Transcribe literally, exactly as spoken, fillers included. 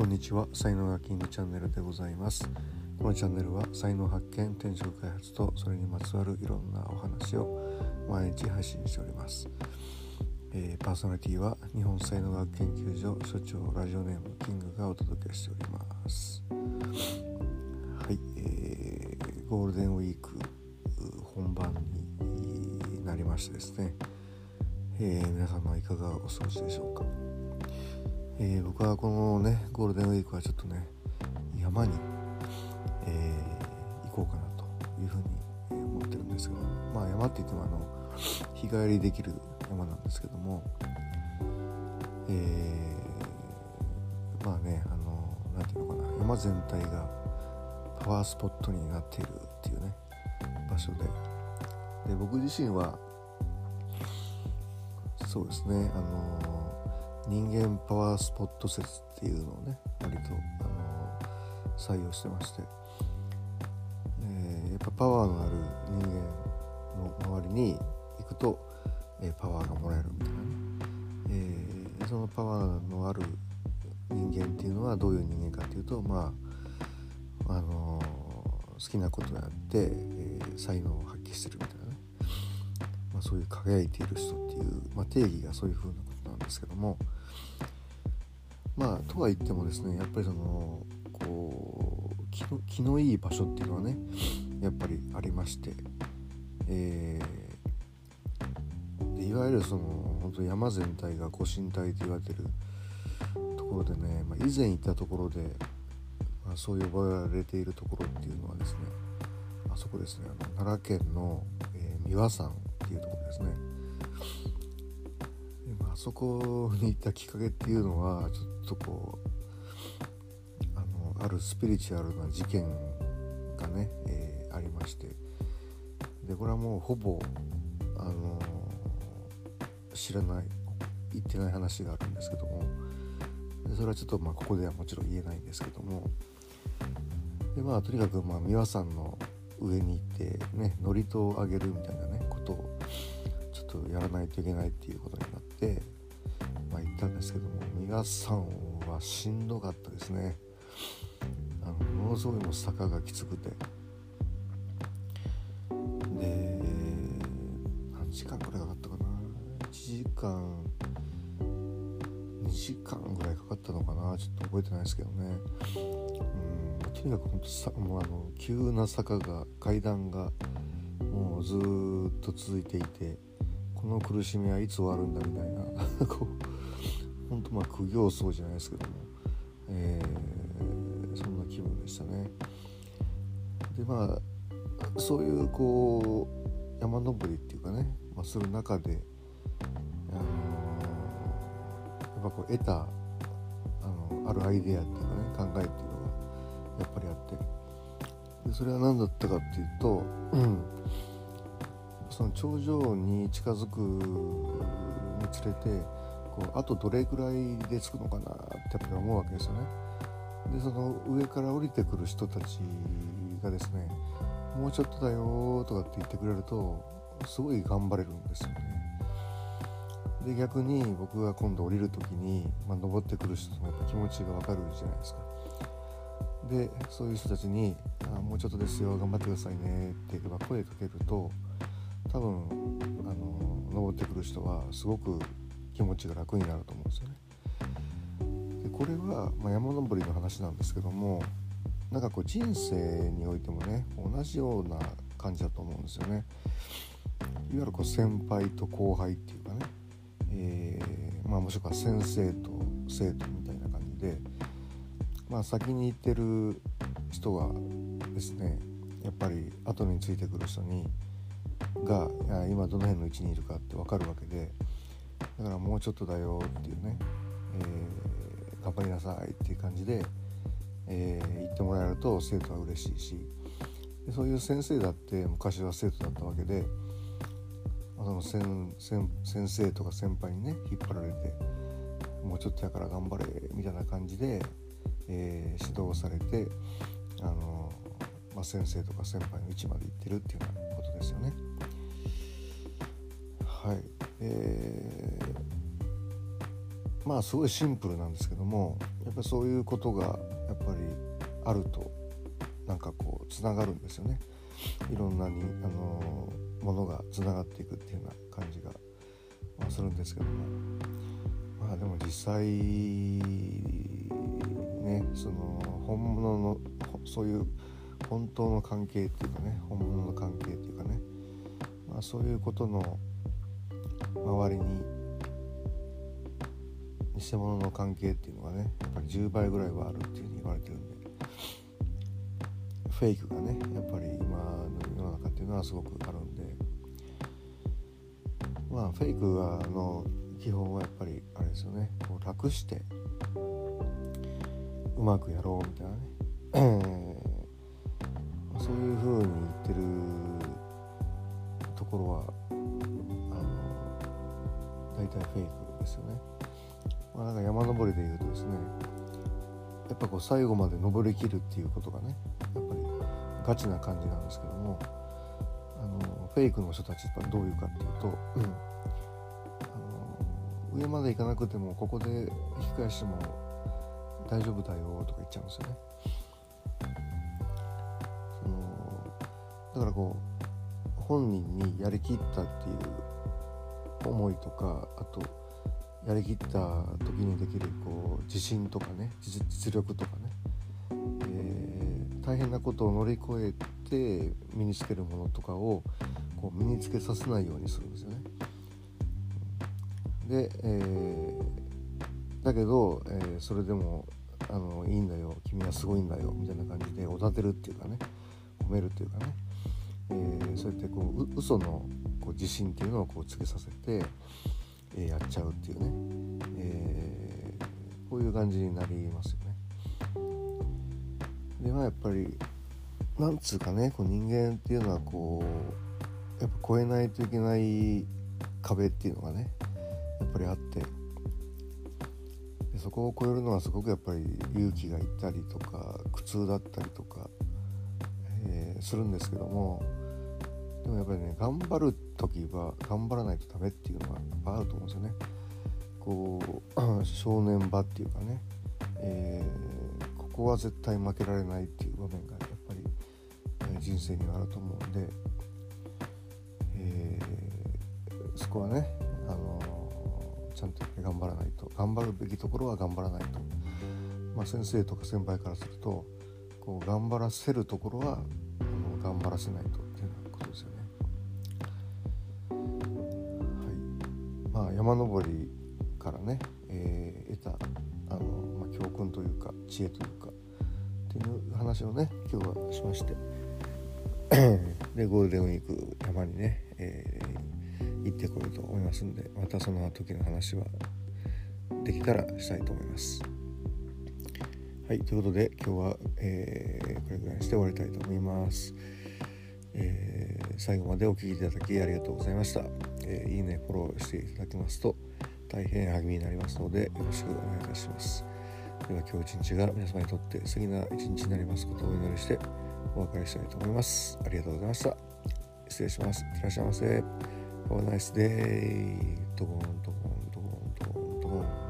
んにちは、才能がキングチャンネルでございます。このチャンネルは才能発見、転職開発とそれにまつわるいろんなお話を毎日配信しております。えー、パーソナリティは日本才能学研究所所長ラジオネームキングがお届けしております。はい、えー、ゴールデンウィーク本番になりましてですね、えー、皆様いかがお過ごしでしょうか。えー、僕はこのねゴールデンウィークはちょっとね山に、えー、行こうかなというふうに思ってるんですが、まあ山って言ってもあの日帰りできる山なんですけども、えー、まあねあのなんていうのかな、山全体がパワースポットになっているっていうね場所で、で僕自身はそうですねあの人間パワースポット説っていうのをね割とあの採用してまして、えー、やっぱパワーのある人間の周りに行くと、えー、パワーがもらえるみたいなね、えー、そのパワーのある人間っていうのはどういう人間かっていうと、まああの好きなことをやって、えー、才能を発揮するみたいなね、まあ、そういう輝いている人っていう、まあ、定義がそういう風なことなんですけども、まあとは言ってもですねやっぱりそのこう 気の、気のいい場所っていうのはねやっぱりありまして、えー、でいわゆるその本当山全体がご神体と言われてるところでね、まあ、以前行ったところで、まあ、そう呼ばれているところっていうのはですね、あそこですね、あの奈良県の、えー、三輪山っていうところですね。あそこに行ったきっかけっていうのはちょっとこう あのあるスピリチュアルな事件がね、えー、ありまして、でこれはもうほぼあの知らない言ってない話があるんですけども、でそれはちょっとまあここではもちろん言えないんですけども、でまあとにかくまあ三輪山の上に行ってね祝詞をあげるみたいなねことをちょっとやらないといけないっていうことになって、まあ、行ったんですけども、三輪山はしんどかったですね。あのものすごいもう坂がきつくて、で何時間くらいかかったかな、いちじかんにじかんぐらいかかったのかな、ちょっと覚えてないですけどね。うんとにかく本当さもうあの急な坂が階段がもうずっと続いていて、この苦しみはいつ終わるんだみたいなこう本当まあ苦行僧じゃないですけども、えー、そんな気分でしたね。でまあそういうこう山登りっていうかね、まあ、する中で、あのー、やっぱこう得たあのあるアイデアっていうかね考えっていうのがやっぱりあって、でそれは何だったかっていうと、うんその頂上に近づくにつれてこうあとどれくらいで着くのかなってやっぱり思うわけですよね。でその上から降りてくる人たちがですね、もうちょっとだよとかって言ってくれるとすごい頑張れるんですよね。で逆に僕が今度降りる時に、まあ、登ってくる人のやっぱ気持ちがわかるじゃないですか。でそういう人たちにあもうちょっとですよ頑張ってくださいねって声かけると、多分あの登ってくる人はすごく気持ちが楽になると思うんですよね。でこれは、まあ、山登りの話なんですけども、なんかこう人生においてもね同じような感じだと思うんですよね。いわゆるこう先輩と後輩っていうかね、えーまあ、もしくは先生と生徒みたいな感じで、まあ、先に行ってる人はですねやっぱり後についてくる人にが今どの辺の位置にいるかって分かるわけで、だからもうちょっとだよっていうね、えー、頑張りなさいっていう感じで、えー、言ってもらえると生徒は嬉しいし、でそういう先生だって昔は生徒だったわけで、その 先, 先, 先生とか先輩にね引っ張られてもうちょっとやから頑張れみたいな感じで、えー、指導されてあの、まあ、先生とか先輩の位置まで行ってるっていうようなことですよね。はい、えー、 まあすごいシンプルなんですけども、やっぱりそういうことがやっぱりあるとなんかこうつながるんですよね。いろんなにあのものがつながっていくっていうような感じが、まあ、するんですけども、まあでも実際ね、その本物のそういう本当の関係っていうかね、本物の関係っていうかね、まあ、そういうことの周りに偽物の関係っていうのがね、やっぱりじゅうばいぐらいはあるっていうふうに言われてるんで、フェイクがねやっぱり今の世の中っていうのはすごくあるんで、まあフェイクはあの基本はやっぱりあれですよね、こう楽してうまくやろうみたいなねそういう風に言ってるところはあの大体フェイクですよね。まあ、なんか山登りで言うとですね、やっぱこう最後まで登りきるっていうことがねやっぱりガチな感じなんですけども、あのフェイクの人たちはどういうかっていうと、うん、あの上まで行かなくてもここで引き返しても大丈夫だよとか言っちゃうんですよね。そのだからこう本人にやりきったっていう思いとか、あとやりきった時にできるこう自信とかね、 実, 実力とかね、えー、大変なことを乗り越えて身につけるものとかをこう身につけさせないようにするんですよね。で、えー、だけど、えー、それでもあのいいんだよ、君はすごいんだよみたいな感じでおだてるっていうかね、褒めるっていうかね、えー、そうやってこうう嘘のこう自信っていうのをこうつけさせて、えー、やっちゃうっていうね、えー、こういう感じになりますよね。でまあやっぱりなんつうかね、こう人間っていうのはこうやっぱ越えないといけない壁っていうのがねやっぱりあって、でそこを越えるのはすごくやっぱり勇気がいったりとか苦痛だったりとか、えー、するんですけども、でもやっぱりね、頑張る時は頑張らないとダメっていうのがやっぱあると思うんですよね。こう正念場っていうかね、えー、ここは絶対負けられないっていう場面がやっぱり、えー、人生にはあると思うんで、えー、そこはね、あのー、ちゃんと頑張らないと、頑張るべきところは頑張らないと、まあ、先生とか先輩からするとこう頑張らせるところはあの頑張らせないとっていうようなことですよね。はい、まあ山登りからね、えー、得たあの、まあ、教訓というか知恵というかっていう話をね今日はしましてでゴールデンウィーク山にね、えー、行ってこようと思いますんで、またその時の話はできたらしたいと思います。はい、ということで今日は、えー、これぐらいにして終わりたいと思います。えー、最後までお聞きいただきありがとうございました。えー、いいね、フォローしていただけますと大変励みになりますのでよろしくお願いいたします。では今日一日が皆様にとって素敵な一日になりますことをお祈りしてお別れしたいと思います。ありがとうございました。失礼します。いってらっしゃいませ。Have a nice day. ドボンドボンドボンドボンドボン。